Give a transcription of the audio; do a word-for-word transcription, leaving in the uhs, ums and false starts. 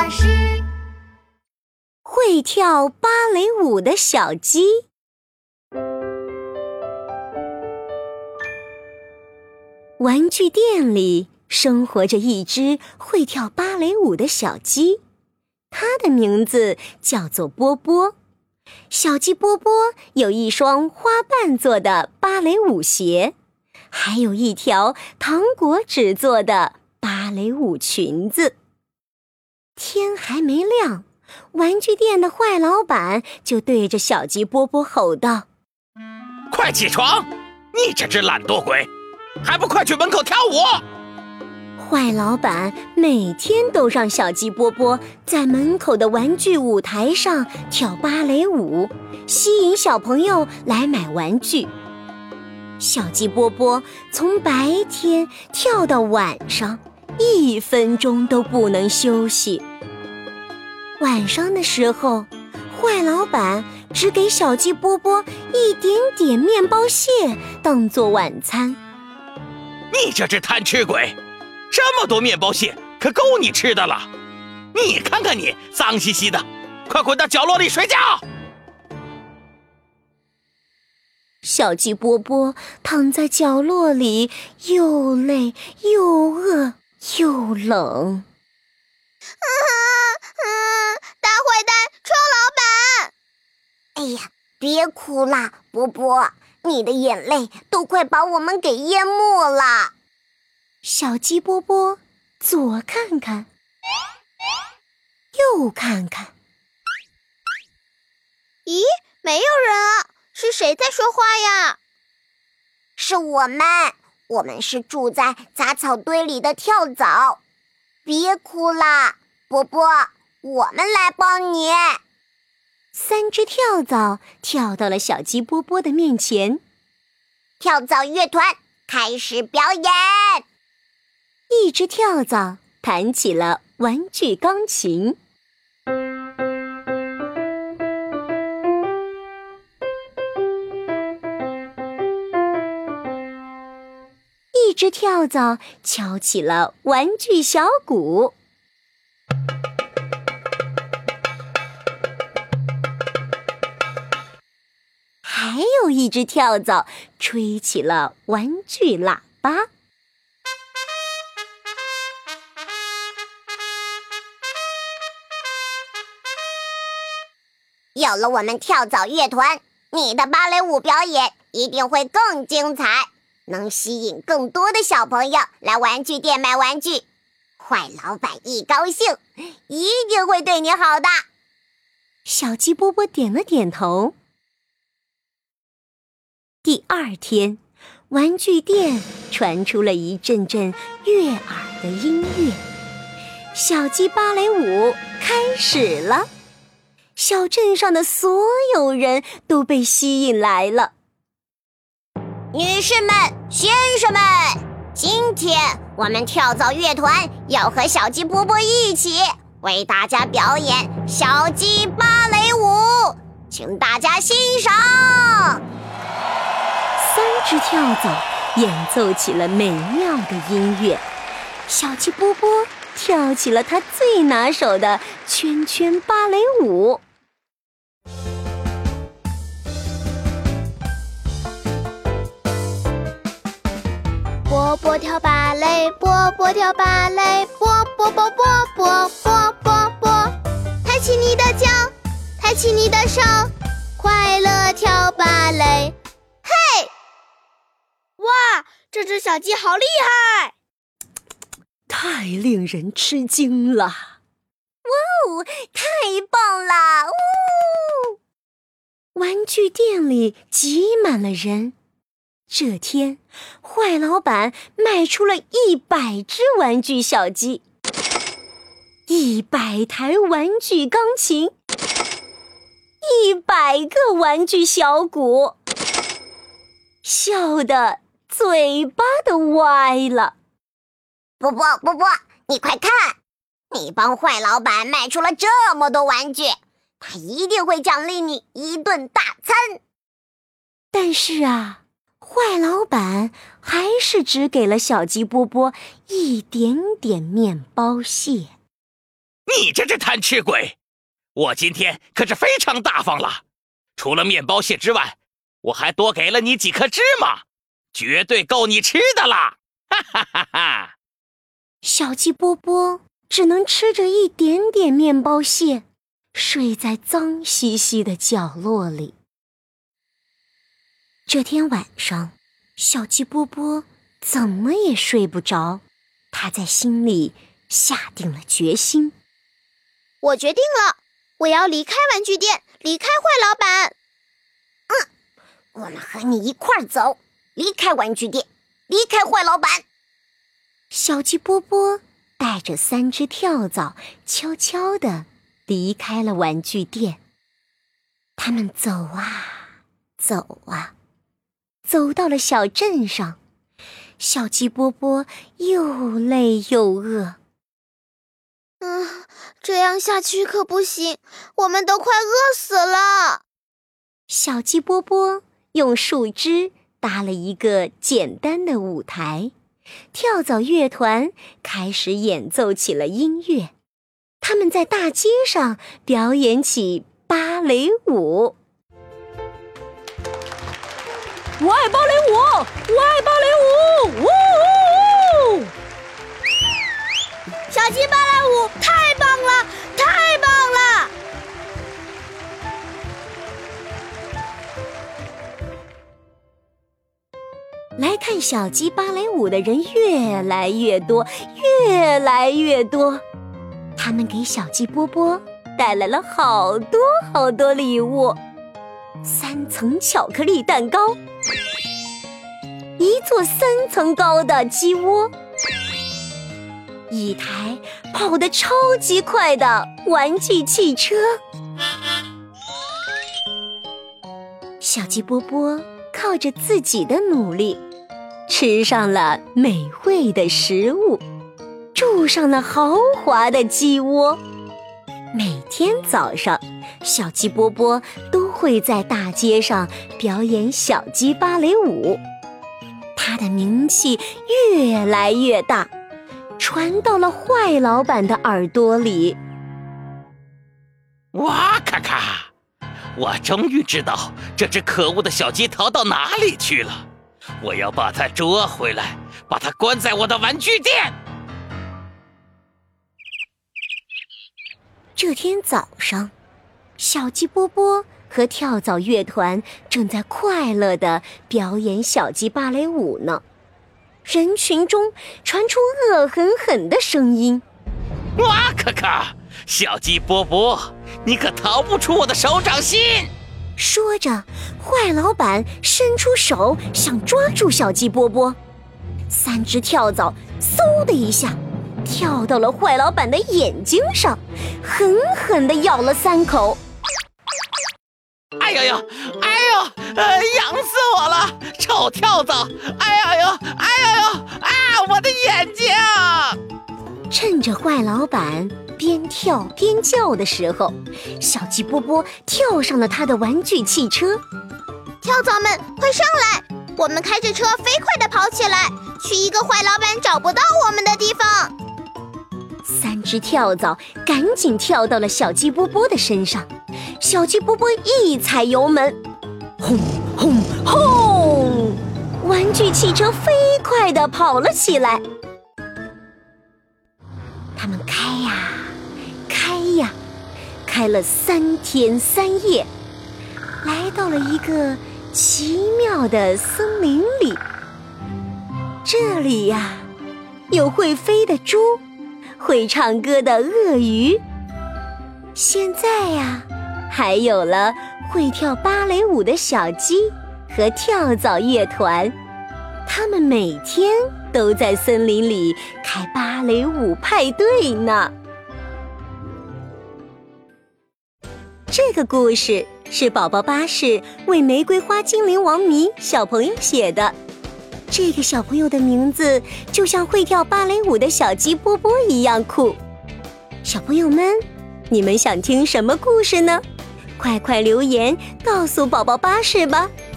巴士。会跳芭蕾舞的小鸡。玩具店里生活着一只会跳芭蕾舞的小鸡，它的名字叫做波波。小鸡波波有一双花瓣做的芭蕾舞鞋，还有一条糖果纸做的芭蕾舞裙子。天还没亮，玩具店的坏老板就对着小鸡波波吼道： 快起床，你这只懒惰鬼，还不快去门口跳舞！ 坏老板每天都让小鸡波波在门口的玩具舞台上跳芭蕾舞，吸引小朋友来买玩具。小鸡波波从白天跳到晚上，一分钟都不能休息。晚上的时候，坏老板只给小鸡波波一点点面包屑当做晚餐。 你这只贪吃鬼，这么多面包屑可够你吃的了！你看看你脏兮兮的，快滚到角落里睡觉！ 小鸡波波躺在角落里，又累又饿又冷。 啊啊！大坏蛋臭老板！哎呀，别哭啦，波波，你的眼泪都快把我们给淹没了。 小鸡波波左看看，右看看。 咦，没有人啊，是谁在说话呀？是我们，我们是住在杂草堆里的跳蚤。别哭啦，波波，我们来帮你。 三只跳蚤跳到了小鸡波波的面前。 跳蚤乐团开始表演。 一只跳蚤弹起了玩具钢琴。一只跳蚤敲起了玩具小鼓。还有一只跳蚤吹起了玩具喇叭。 有了我们跳蚤乐团，你的芭蕾舞表演一定会更精彩，能吸引更多的小朋友来玩具店买玩具。坏老板一高兴，一定会对你好的。 小鸡波波点了点头。第二天，玩具店传出了一阵阵悦耳的音乐，小鸡芭蕾舞开始了。小镇上的所有人都被吸引来了。 女士们、先生们，今天我们跳蚤乐团要和小鸡波波一起为大家表演小鸡芭蕾舞，请大家欣赏。 三只跳蚤演奏起了美妙的音乐，小鸡波波跳起了他最拿手的圈圈芭蕾舞。 波波跳芭蕾，波波跳芭蕾，波波波波波波波波，抬起你的脚，抬起你的手，快乐跳芭蕾。嘿！哇，这只小鸡好厉害！ 太令人吃惊了！ 哇哦，太棒了！呜！ 玩具店里挤满了人。这天，坏老板卖出了一百只玩具小鸡，一百台玩具钢琴，一百个玩具小鼓，笑得嘴巴都歪了。 波波，波波，你快看，你帮坏老板卖出了这么多玩具，他一定会奖励你一顿大餐。 但是啊，坏老板还是只给了小鸡波波一点点面包屑。 你这只贪吃鬼，我今天可是非常大方了，除了面包屑之外，我还多给了你几颗芝麻，绝对够你吃的啦！哈哈哈哈！ 小鸡波波只能吃着一点点面包屑，睡在脏兮兮的角落里。这天晚上，小鸡波波怎么也睡不着，他在心里下定了决心。 我决定了，我要离开玩具店，离开坏老板。 嗯，我们和你一块儿走，离开玩具店，离开坏老板。 小鸡波波带着三只跳蚤悄悄地离开了玩具店。他们走啊走啊，走到了小镇上。小鸡波波又累又饿。 嗯，这样下去可不行，我们都快饿死了。 小鸡波波用树枝搭了一个简单的舞台，跳蚤乐团开始演奏起了音乐。他们在大街上表演起芭蕾舞。我爱芭蕾舞，我爱芭蕾舞，呜呜呜！ 小鸡芭蕾舞太棒了，太棒了！ 来看小鸡芭蕾舞的人越来越多，越来越多。他们给小鸡波波带来了好多好多礼物：三层巧克力蛋糕，一座三层高的鸡窝，一台跑得超级快的玩具汽车。小鸡波波靠着自己的努力，吃上了美味的食物，住上了豪华的鸡窝。每天早上，小鸡波波都会在大街上表演小鸡芭蕾舞。他的名气越来越大，传到了坏老板的耳朵里。 哇咔咔！我终于知道这只可恶的小鸡逃到哪里去了，我要把它捉回来，把它关在我的玩具店。 这天早上，小鸡波波和跳蚤乐团正在快乐地表演小鸡芭蕾舞呢。人群中传出恶狠狠的声音： 哇咔咔！小鸡波波，你可逃不出我的手掌心！ 说着，坏老板伸出手想抓住小鸡波波。三只跳蚤嗖的一下跳到了坏老板的眼睛上，狠狠地咬了三口。 哎呦呦，哎呦，呃，痒死我了！臭跳蚤！哎呦呦，哎呦呦，啊，我的眼睛！ 趁着坏老板边跳边叫的时候，小鸡波波跳上了他的玩具汽车。 跳蚤们，快上来！我们开着车飞快地跑起来，去一个坏老板找不到我们的地方。 三只跳蚤赶紧跳到了小鸡波波的身上，小鸡波波一踩油门，轰轰轰！玩具汽车飞快地跑了起来。他们开呀开呀，开了三天三夜，来到了一个奇妙的森林里。这里呀，有会飞的猪，会唱歌的鳄鱼，现在呀，还有了会跳芭蕾舞的小鸡和跳蚤乐团。他们每天都在森林里开芭蕾舞派对呢。这个故事是宝宝巴士为玫瑰花精灵王迷小朋友写的。这个小朋友的名字就像会跳芭蕾舞的小鸡波波一样酷。小朋友们，你们想听什么故事呢？快快留言告诉宝宝巴士吧。